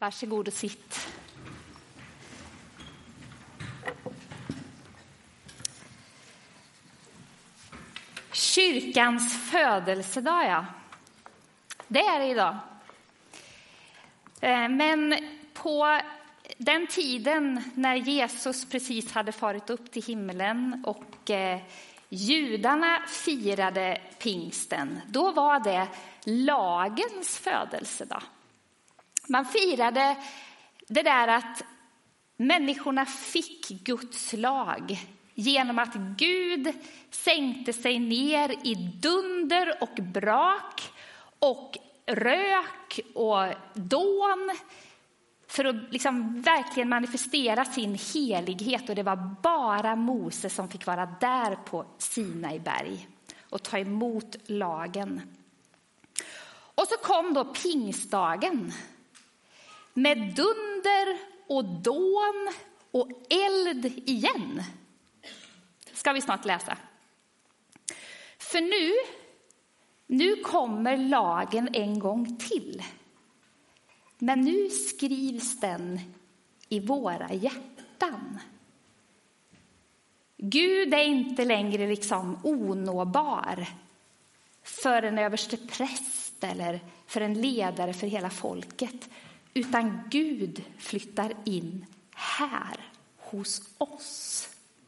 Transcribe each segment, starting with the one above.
Varsågod och sitt. Kyrkans födelsedag, ja. Det är det idag. Men på den tiden när Jesus precis hade farit upp till himlen och judarna firade pingsten, då var det lagens födelsedag. Man firade det där att människorna fick Guds lag genom att Gud sänkte sig ner i dunder och brak och rök och dån för att liksom verkligen manifestera sin helighet. Och det var bara Moses som fick vara där på Sinai berg och ta emot lagen. Och så kom då pingstdagen med dunder och dån och eld igen. Ska vi snart läsa. För nu kommer lagen en gång till. Men nu skrivs den i våra hjärtan. Gud är inte längre liksom onåbar för en överste präst eller för en ledare för hela folket. Utan Gud flyttar in här hos oss.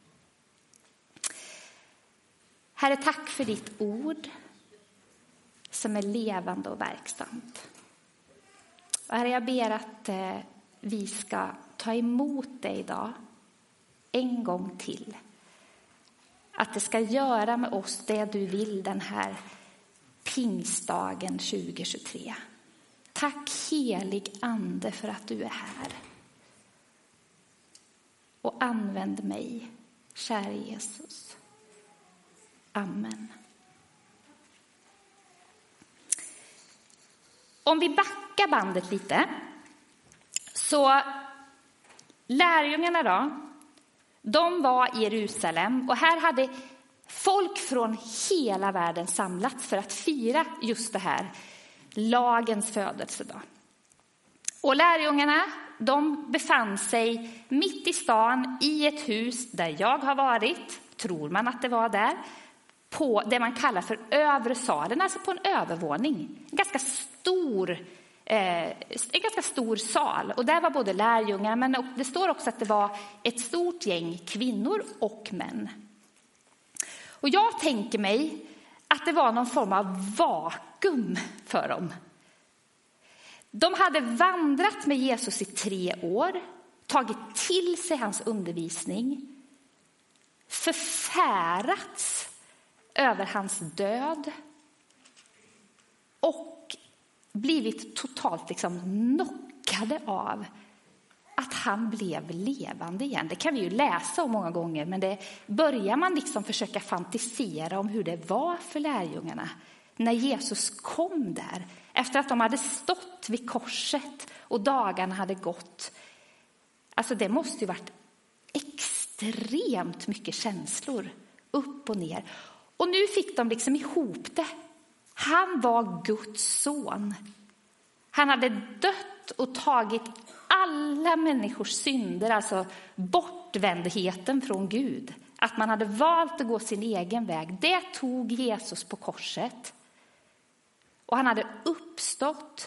Herre, tack för ditt ord som är levande och verksamt. Och Herre, jag ber att vi ska ta emot dig idag en gång till. Att det ska göra med oss det du vill den här pingstdagen 2023. Tack helig ande för att du är här. Och använd mig, kära Jesus. Amen. Om vi backar bandet lite, så lärjungarna då, de var i Jerusalem och här hade folk från hela världen samlats för att fira just det här, lagens födelsedag. Och lärjungarna, de befann sig mitt i stan i ett hus där jag har varit, tror man att det var där, på det man kallar för övre salen, alltså på en övervåning. En ganska stor sal. Och där var både lärjungar, men det står också att det var ett stort gäng kvinnor och män. Och jag tänker mig att det var någon form av vakuum för dem. De hade vandrat med Jesus i 3 år, tagit till sig hans undervisning, förfärats över hans död och blivit totalt liksom knockade av att han blev levande igen. Det kan vi ju läsa om många gånger, men det börjar man liksom försöka fantisera om hur det var för lärjungarna när Jesus kom där. Efter att de hade stått vid korset och dagarna hade gått. Alltså det måste ju varit extremt mycket känslor upp och ner. Och nu fick de liksom ihop det. Han var Guds son. Han hade dött och tagit alla människors synder, alltså bortvändheten från Gud. Att man hade valt att gå sin egen väg. Det tog Jesus på korset. Och han hade uppstått.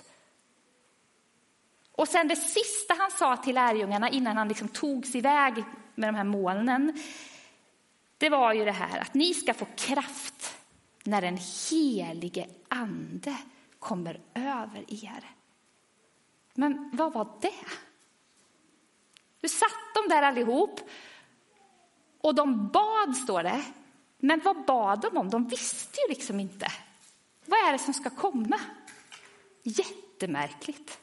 Och sen det sista han sa till lärjungarna innan han liksom togs iväg med de här molnen, det var ju det här att ni ska få kraft när den helige ande kommer över er. Men vad var det? Nu satt de där allihop och de bad, står det. Men vad bad de om? De visste ju liksom inte. Vad är det som ska komma? Jättemärkligt.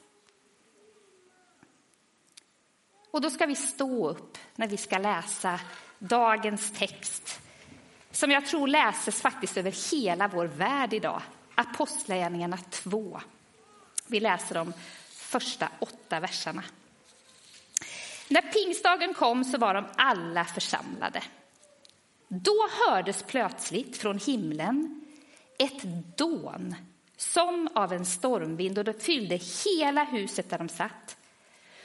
Och då ska vi stå upp när vi ska läsa dagens text, som jag tror läses faktiskt över hela vår värld idag. Apostlagärningarna 2. Vi läser de första 8 verserna. När pingstdagen kom så var de alla församlade. Då hördes plötsligt från himlen ett dån som av en stormvind, och det fyllde hela huset där de satt.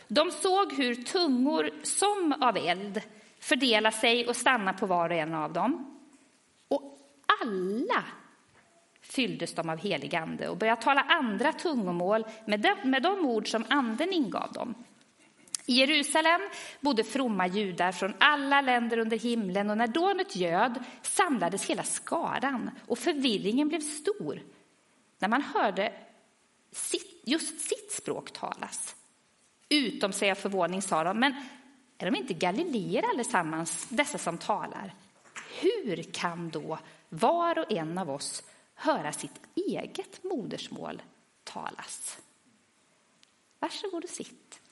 De såg hur tungor som av eld fördelade sig och stannade på var och en av dem. Och alla fylldes de av helig ande och började tala andra tungomål med de ord som anden ingav dem. I Jerusalem bodde fromma judar från alla länder under himlen, och när dånet ljöd samlades hela skaran och förvirringen blev stor när man hörde just sitt språk talas. Utom sig av förvåning sa de, men är de inte galileer allesammans, dessa som talar? Hur kan då var och en av oss höra sitt eget modersmål talas? Varsågod och sitt.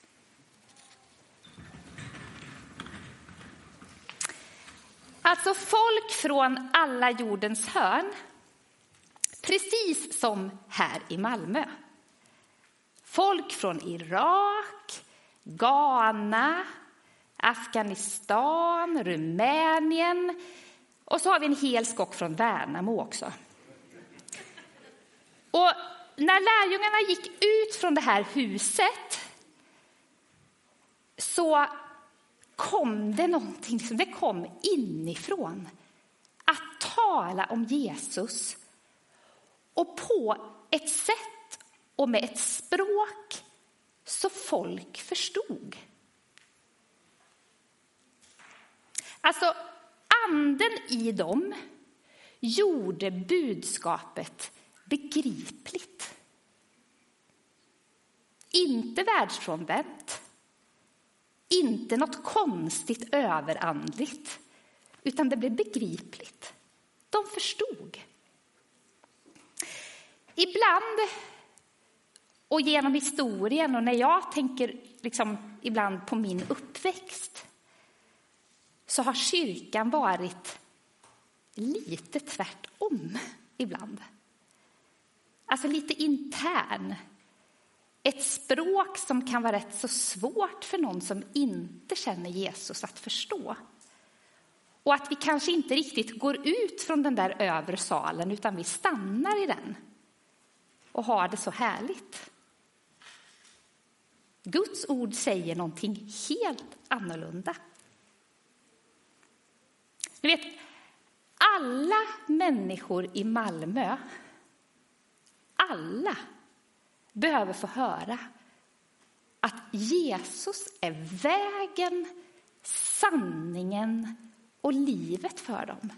Alltså folk från alla jordens hörn, precis som här i Malmö. Folk från Irak, Ghana, Afghanistan, Rumänien, och så har vi en hel skock från Värnamo också. Och när lärjungarna gick ut från det här huset så kom det någonting, det kom inifrån. Att tala om Jesus, och på ett sätt och med ett språk så folk förstod. Alltså anden i dem gjorde budskapet begripligt. Inte världsfrånvänt. Inte något konstigt överandligt, utan det blev begripligt. De förstod. Ibland och genom historien, och när jag tänker ibland på min uppväxt, så har kyrkan varit lite tvärtom ibland. Alltså lite intern. Ett språk som kan vara rätt så svårt för någon som inte känner Jesus att förstå. Och att vi kanske inte riktigt går ut från den där övre salen, utan vi stannar i den och har det så härligt. Guds ord säger någonting helt annorlunda. Du vet, alla människor i Malmö, alla behöver få höra att Jesus är vägen, sanningen och livet för dem.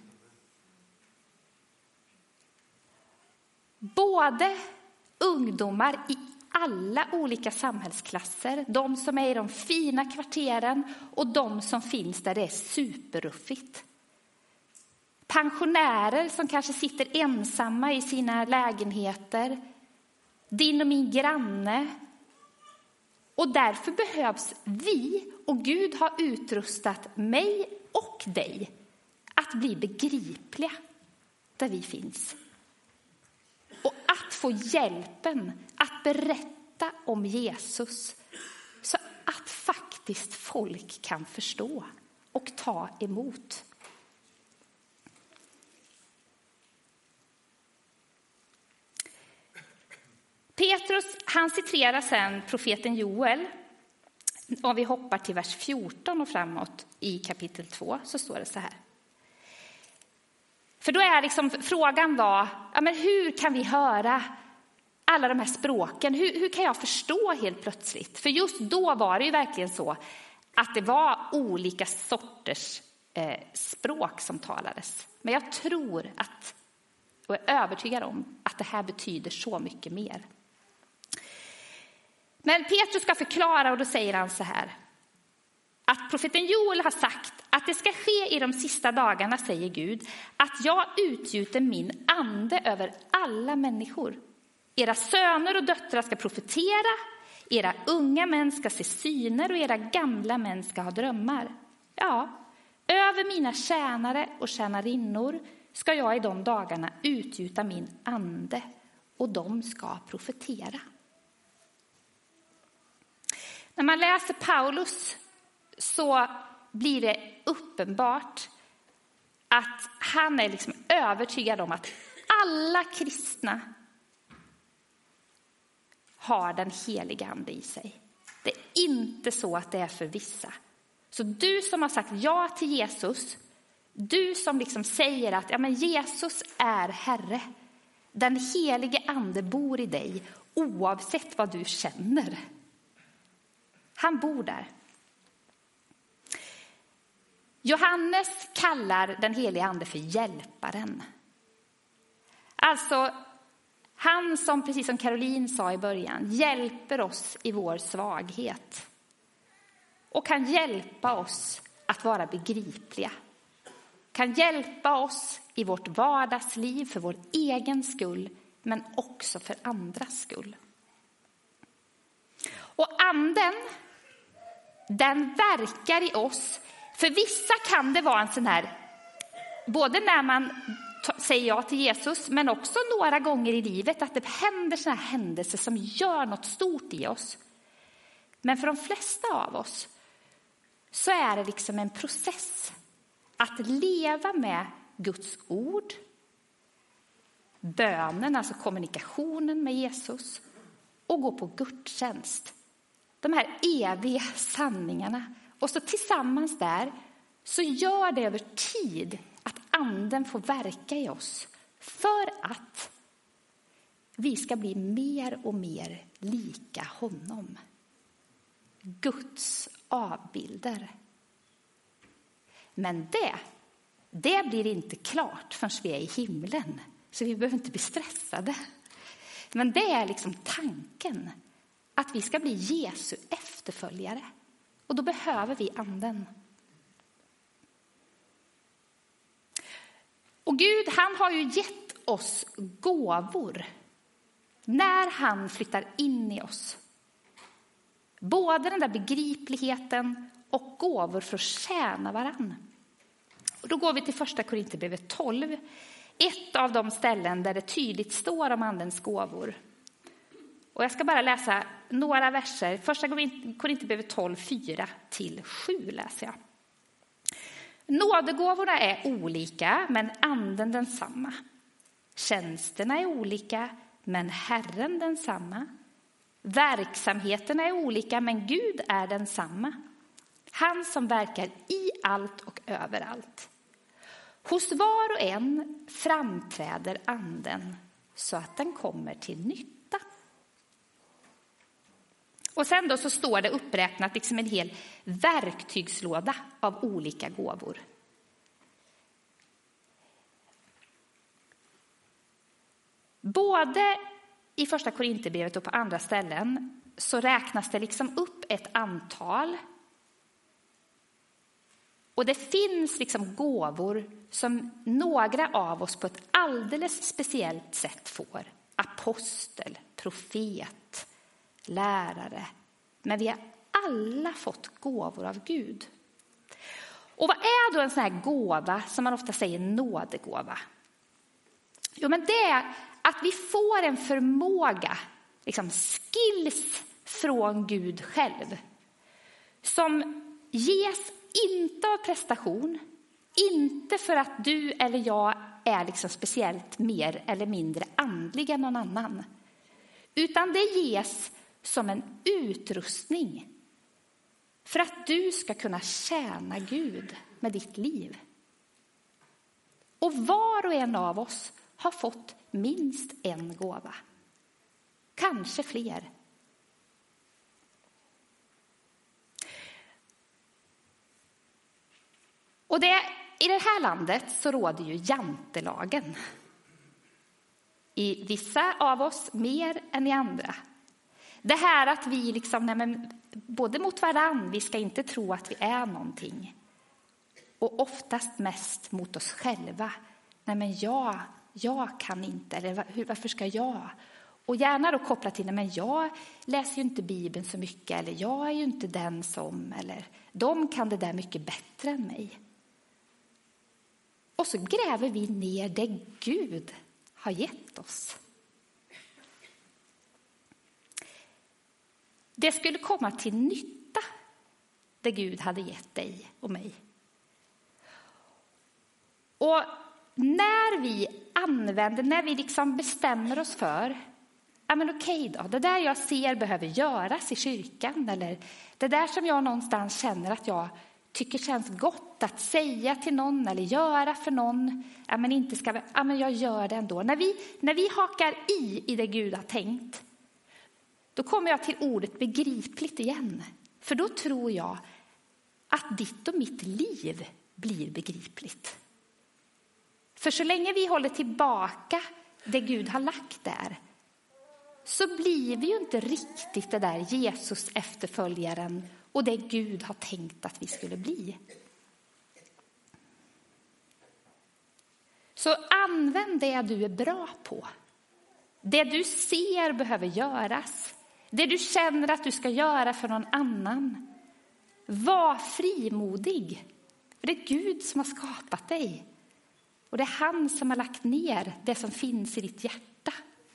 Både ungdomar i alla olika samhällsklasser, de som är i de fina kvarteren och de som finns där det är superruffigt. Pensionärer som kanske sitter ensamma i sina lägenheter, din och min granne. Och därför behövs vi, och Gud har utrustat mig och dig att bli begripliga där vi finns. Och att få hjälpen att berätta om Jesus så att faktiskt folk kan förstå och ta emot. Petrus, han citerar sen profeten Joel. Om vi hoppar till vers 14 och framåt i kapitel 2 så står det så här. För då är frågan var, ja, men hur kan vi höra alla de här språken? Hur kan jag förstå helt plötsligt? För just då var det ju verkligen så att det var olika sorters språk som talades. Men jag tror och är övertygad om att det här betyder så mycket mer. Men Petrus ska förklara, och då säger han så här. Att profeten Joel har sagt att det ska ske i de sista dagarna, säger Gud, att jag utgjuter min ande över alla människor. Era söner och döttrar ska profetera, era unga män ska se syner och era gamla män ska ha drömmar. Ja, över mina tjänare och tjänarinnor ska jag i de dagarna utgjuta min ande, och de ska profetera. När man läser Paulus så blir det uppenbart att han är övertygad om att alla kristna har den heliga ande i sig. Det är inte så att det är för vissa. Så du som har sagt ja till Jesus, du som liksom säger att ja, men Jesus är Herre. Den helige ande bor i dig oavsett vad du känner. Han bor där. Johannes kallar den helige ande för hjälparen. Alltså han som, precis som Caroline sa i början, hjälper oss i vår svaghet. Och kan hjälpa oss att vara begripliga. Kan hjälpa oss i vårt vardagsliv för vår egen skull, men också för andras skull. Och anden, den verkar i oss. För vissa kan det vara en sån här, både när man säger ja till Jesus, men också några gånger i livet, att det händer såna här händelser som gör något stort i oss. Men för de flesta av oss så är det liksom en process att leva med Guds ord, bönen, alltså kommunikationen med Jesus, och gå på gudstjänst. De här eviga sanningarna. Och så tillsammans där så gör det över tid att anden får verka i oss för att vi ska bli mer och mer lika honom. Guds avbilder. Men det blir inte klart förrän vi är i himlen. Så vi behöver inte bli stressade. Men det är liksom tanken. Att vi ska bli Jesu efterföljare. Och då behöver vi anden. Och Gud, han har ju gett oss gåvor. När han flyttar in i oss. Både den där begripligheten och gåvor för att tjäna varann. Och då går vi till första Korinthierbrevet 12. Ett av de ställen där det tydligt står om andens gåvor. Och jag ska bara läsa några verser. Första Korinthierbrevet 12, 4-7 läser jag. Nådegåvorna är olika, men anden densamma. Tjänsterna är olika, men Herren densamma. Verksamheterna är olika, men Gud är densamma. Han som verkar i allt och överallt. Hos var och en framträder anden så att den kommer till nytta. Och sen då så står det uppräknat liksom en hel verktygslåda av olika gåvor. Både i första Korinthierbrevet och på andra ställen så räknas det liksom upp ett antal. Och det finns liksom gåvor som några av oss på ett alldeles speciellt sätt får. Apostel, profet, lärare. Men vi har alla gått gåvor av Gud. Och vad är då en sån här gåva som man ofta säger nådegåva? Jo, men det är att vi får en förmåga, liksom skills från Gud själv. Som ges inte av prestation, inte för att du eller jag är liksom speciellt mer eller mindre andlig än någon annan. Utan det ges som en utrustning för att du ska kunna tjäna Gud med ditt liv. Och var och en av oss har fått minst en gåva. Kanske fler. Och i det här landet så råder ju jantelagen. I vissa av oss mer än i andra. Det här att vi liksom, både mot varann, vi ska inte tro att vi är någonting. Och oftast mest mot oss själva. Nej, men jag kan inte, eller varför ska jag? Och gärna då kopplat till, nej, men jag läser ju inte Bibeln så mycket, eller jag är ju inte den som, eller de kan det där mycket bättre än mig. Och så gräver vi ner det Gud har gett oss. Det skulle komma till nytta, det Gud hade gett dig och mig. Och när vi liksom bestämmer oss för ja men okej då, det där jag ser behöver göras i kyrkan, eller det där som jag någonstans känner att jag tycker känns gott att säga till någon eller göra för någon, ja men inte ska vi, ja men jag gör det ändå. När vi hakar i det Gud har tänkt, då kommer jag till ordet begripligt igen. För då tror jag att ditt och mitt liv blir begripligt. För så länge vi håller tillbaka det Gud har lagt där, så blir vi ju inte riktigt det där Jesus efterföljaren och det Gud har tänkt att vi skulle bli. Så använd det du är bra på. Det du ser behöver göras. Det du känner att du ska göra för någon annan. Var frimodig. För det är Gud som har skapat dig. Och det är han som har lagt ner det som finns i ditt hjärta.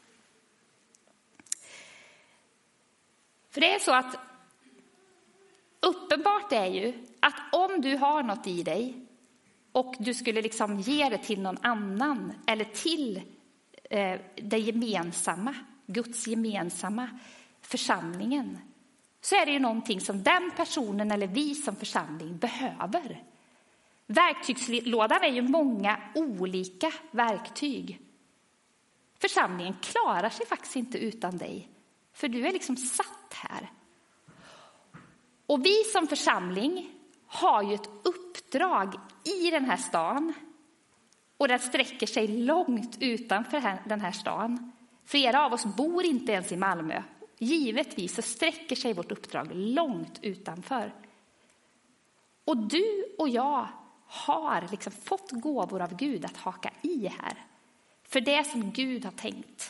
För det är så att uppenbart är ju att om du har något i dig och du skulle liksom ge det till någon annan eller till det gemensamma, Guds gemensamma församlingen, så är det ju någonting som den personen eller vi som församling behöver. Verktygslådan är ju många olika verktyg. Församlingen klarar sig faktiskt inte utan dig, för du är liksom satt här. Och vi som församling har ju ett uppdrag i den här stan. Och den sträcker sig långt utanför den här stan. Flera av oss bor inte ens i Malmö. Givetvis så sträcker sig vårt uppdrag långt utanför. Och du och jag har liksom fått gåvor av Gud att haka i här. För det som Gud har tänkt.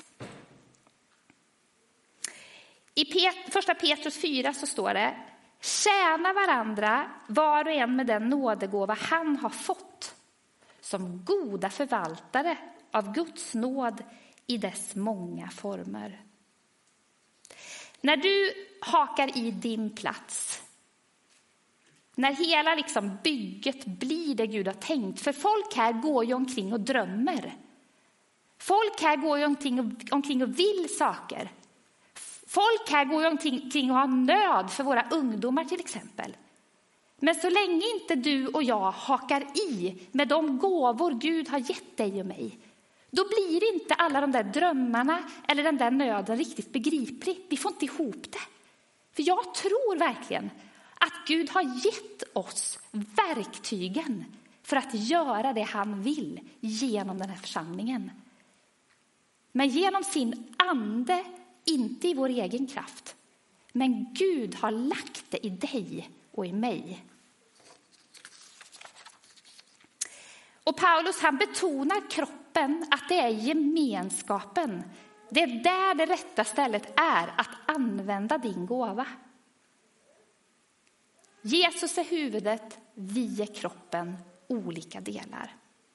I första Petrus 4 så står det: tjäna varandra var och en med den nådegåva han har fått, som goda förvaltare av Guds nåd i dess många former. När du hakar i din plats, när hela liksom bygget blir det Gud har tänkt, för folk här går ju omkring och drömmer. Folk här går ju omkring och vill saker. Folk här går ju omkring och har nöd för våra ungdomar till exempel. Men så länge inte du och jag hakar i med de gåvor Gud har gett dig och mig, då blir inte alla de där drömmarna eller den där nöden riktigt begriplig. Vi får inte ihop det. För jag tror verkligen att Gud har gett oss verktygen för att göra det han vill genom den här församlingen. Men genom sin ande, inte i vår egen kraft. Men Gud har lagt det i dig och i mig. Och Paulus, han betonar kroppen, att det är gemenskapen. Det är där det rätta stället är att använda din gåva. Jesus är huvudet, vi är kroppen, olika delar.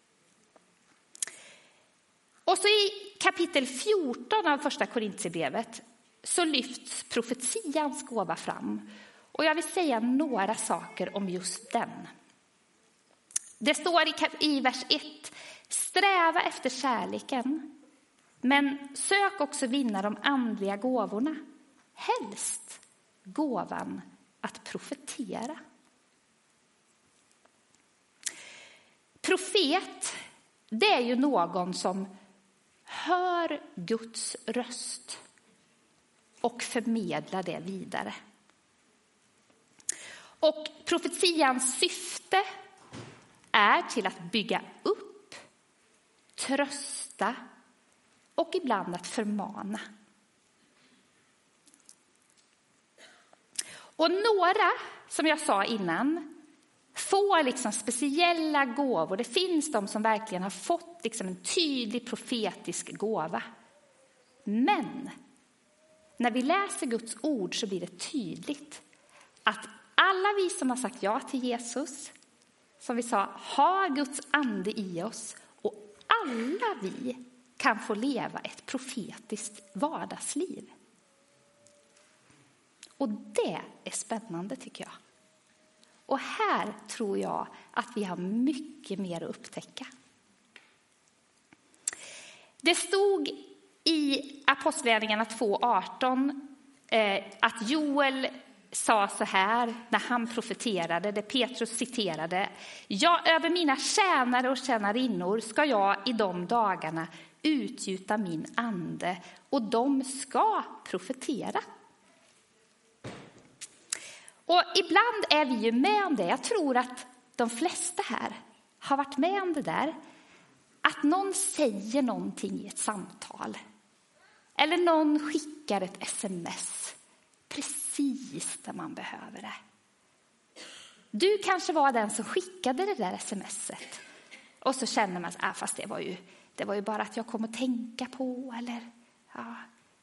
Och så i kapitel 14 av första Korintierbrevet så lyfts profetians gåva fram. Och jag vill säga några saker om just den. Det står i vers 1: sträva efter kärleken, men sök också vinna de andliga gåvorna. Helst gåvan att profetera. Profet, det är ju någon som hör Guds röst och förmedlar det vidare. Och profetians syfte är till att bygga upp, trösta och ibland att förmana. Och några, som jag sa innan, får liksom speciella gåvor. Det finns de som verkligen har fått liksom en tydlig profetisk gåva. Men när vi läser Guds ord så blir det tydligt att alla vi som har sagt ja till Jesus, som vi sa, har Guds ande i oss, och alla vi kan få leva ett profetiskt vardagsliv. Och det är spännande tycker jag. Och här tror jag att vi har mycket mer att upptäcka. Det stod i Apostlagärningarna 2:18 att Joel sa så här när han profeterade, det Petrus citerade: ja, över mina tjänare och tjänarinnor ska jag i de dagarna utgjuta min ande, och de ska profetera. Och ibland är vi ju med om det. Jag tror att de flesta här har varit med om det där. Att någon säger någonting i ett samtal. Eller någon skickar ett sms precis där man behöver det. Du kanske var den som skickade det där smset. Och så känner man att fast det var ju bara att jag kom att tänka på. Eller, ja.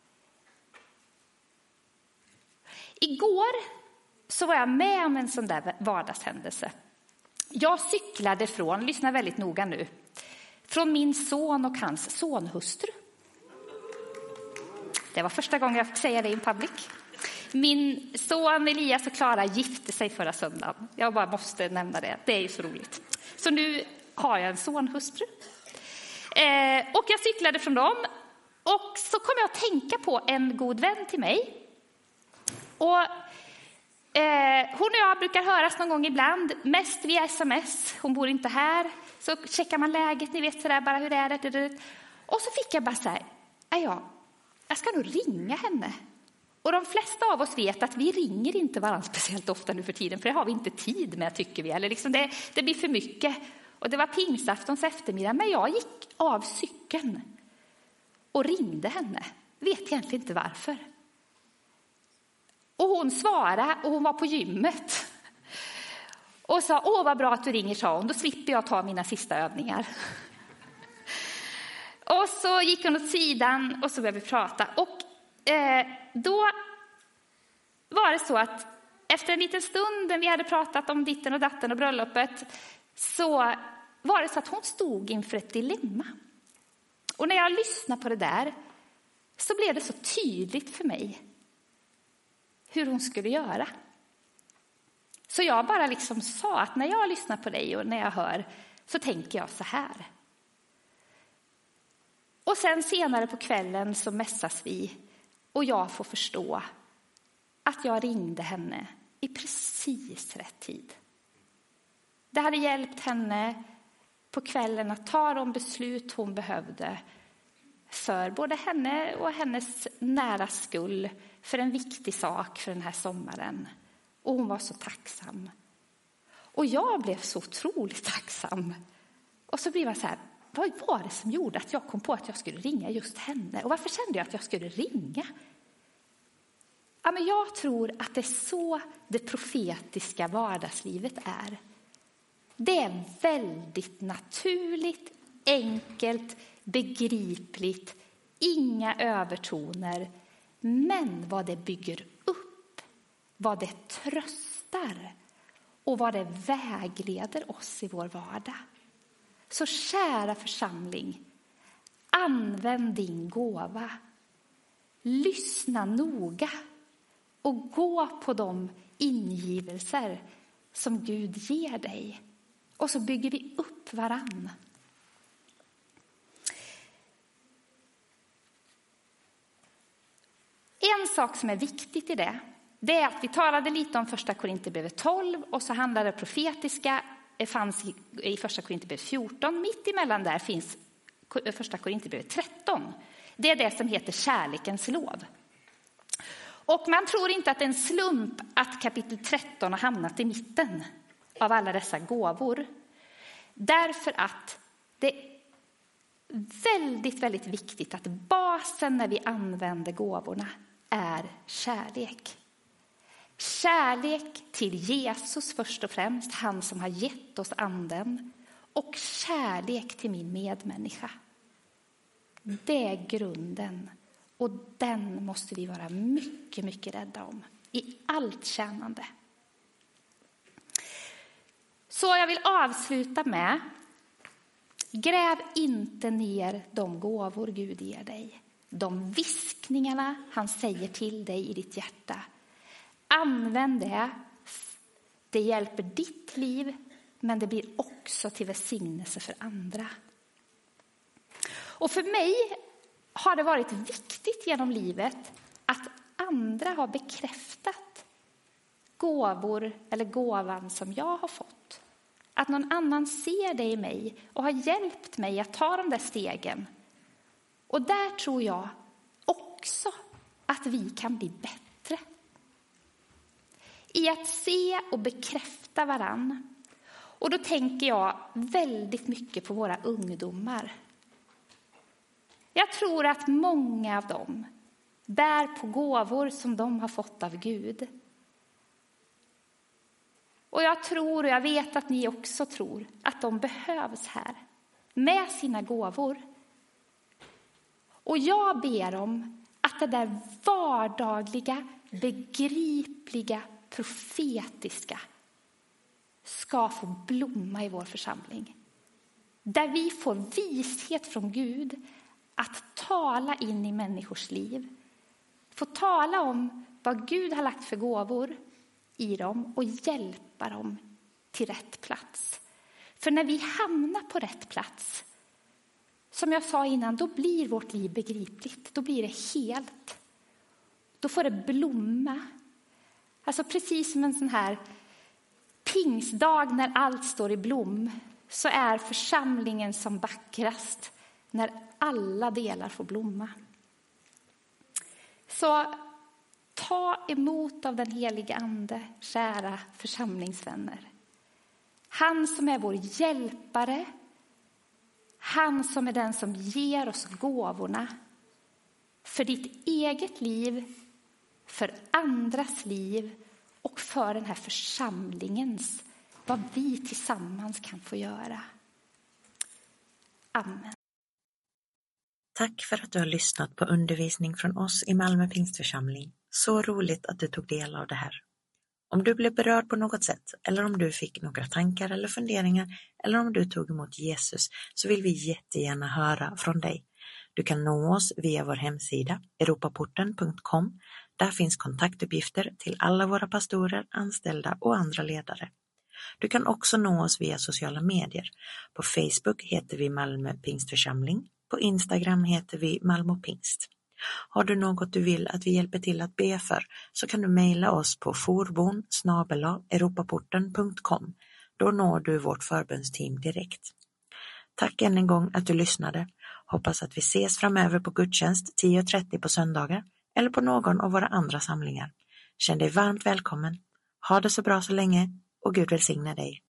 Igår så var jag med om en sån där vardagshändelse. Jag cyklade lyssna väldigt noga nu, från min son och hans sonhustru. Det var första gången jag fick säga det i public. Min son Elias och Klara gifte sig förra söndagen. Jag bara måste nämna det. Det är ju så roligt. Så nu har jag en sonhustru. Och jag cyklade från dem. Och så kom jag att tänka på en god vän till mig. Och hon och jag brukar höras någon gång ibland. Mest via sms. Hon bor inte här. Så checkar man läget. Ni vet sådär bara hur det är. Och så fick jag bara så här. Jag ska nog ringa henne. Och de flesta av oss vet att vi ringer inte varandra speciellt ofta nu för tiden. För det har vi inte tid med, tycker vi. Eller liksom det blir för mycket. Och det var pingsaftons eftermiddag. Men jag gick av cykeln och ringde henne. Vet egentligen inte varför. Och hon svarade, och hon var på gymmet. Och sa, vad bra att du ringer, sa hon. Då slipper jag ta mina sista övningar. Och så gick hon åt sidan och så började vi prata. Och då var det så att efter en liten stund när vi hade pratat om ditten och datten och bröllopet, så var det så att hon stod inför ett dilemma. Och när jag lyssnade på det där så blev det så tydligt för mig hur hon skulle göra. Så jag bara liksom sa att när jag lyssnar på dig och när jag hör, så tänker jag så här. Och sen senare på kvällen så mässas vi och jag får förstå att jag ringde henne i precis rätt tid. Det hade hjälpt henne på kvällen att ta de beslut hon behövde för både henne och hennes nära skull, för en viktig sak för den här sommaren. Och hon var så tacksam. Och jag blev så otroligt tacksam. Och så blev jag så här, vad var det som gjorde att jag kom på att jag skulle ringa just henne? Och varför kände jag att jag skulle ringa? Ja, men jag tror att det är så det profetiska vardagslivet är. Det är väldigt naturligt, enkelt, begripligt, inga övertoner. Men vad det bygger upp, vad det tröstar och vad det vägleder oss i vår vardag. Så kära församling, använd din gåva. Lyssna noga och gå på de ingivelser som Gud ger dig. Och så bygger vi upp varann. En sak som är viktigt i det är att vi talade lite om första Korinthierbrevet 12 och så handlar det profetiska fanns i första Korinthierbrevet 14. Mitt emellan där finns första Korinthierbrevet 13. Det är det som heter kärlekens lov. Och man tror inte att det är en slump att kapitel 13 har hamnat i mitten av alla dessa gåvor. Därför att det är väldigt, väldigt viktigt att basen när vi använder gåvorna är kärlek. Kärlek till Jesus först och främst, han som har gett oss anden. Och kärlek till min medmänniska. Det är grunden. Och den måste vi vara mycket, mycket rädda om. I allt tjänande. Så jag vill avsluta med. Gräv inte ner de gåvor Gud ger dig. De viskningarna han säger till dig i ditt hjärta. Använd det. Det hjälper ditt liv. Men det blir också till välsignelse för andra. Och för mig har det varit viktigt genom livet att andra har bekräftat gåvor eller gåvan som jag har fått. Att någon annan ser det i mig och har hjälpt mig att ta de där stegen. Och där tror jag också att vi kan bli bättre. I att se och bekräfta varann. Och då tänker jag väldigt mycket på våra ungdomar. Jag tror att många av dem bär på gåvor som de har fått av Gud. Och jag tror, och jag vet att ni också tror, att de behövs här med sina gåvor. Och jag ber om att det där vardagliga, begripliga, profetiska ska få blomma i vår församling. Där vi får vishet från Gud att tala in i människors liv. Få tala om vad Gud har lagt för gåvor i dem och hjälpa dem till rätt plats. För när vi hamnar på rätt plats, som jag sa innan, då blir vårt liv begripligt. Då blir det helt. Då får det blomma. Alltså precis som en sån här pingsdag när allt står i blom, så är församlingen som vackrast när alla delar får blomma. Så ta emot av den heliga ande, kära församlingsvänner. Han som är vår hjälpare. Han som är den som ger oss gåvorna. För ditt eget liv, för andras liv och för den här församlingens, vad vi tillsammans kan få göra. Amen. Tack för att du har lyssnat på undervisning från oss i Malmö Pingstförsamling. Så roligt att du tog del av det här. Om du blev berörd på något sätt, eller om du fick några tankar eller funderingar, eller om du tog emot Jesus, så vill vi jättegärna höra från dig. Du kan nå oss via vår hemsida europaporten.com. Där finns kontaktuppgifter till alla våra pastorer, anställda och andra ledare. Du kan också nå oss via sociala medier. På Facebook heter vi Malmö Pingstförsamling. På Instagram heter vi Malmö Pingst. Har du något du vill att vi hjälper till att be för, så kan du mejla oss på forbon@europaporten.com. Då når du vårt förbönsteam direkt. Tack än en gång att du lyssnade. Hoppas att vi ses framöver på gudstjänst 10:30 på söndagar eller på någon av våra andra samlingar. Känn dig varmt välkommen. Ha det så bra så länge och Gud välsigne dig.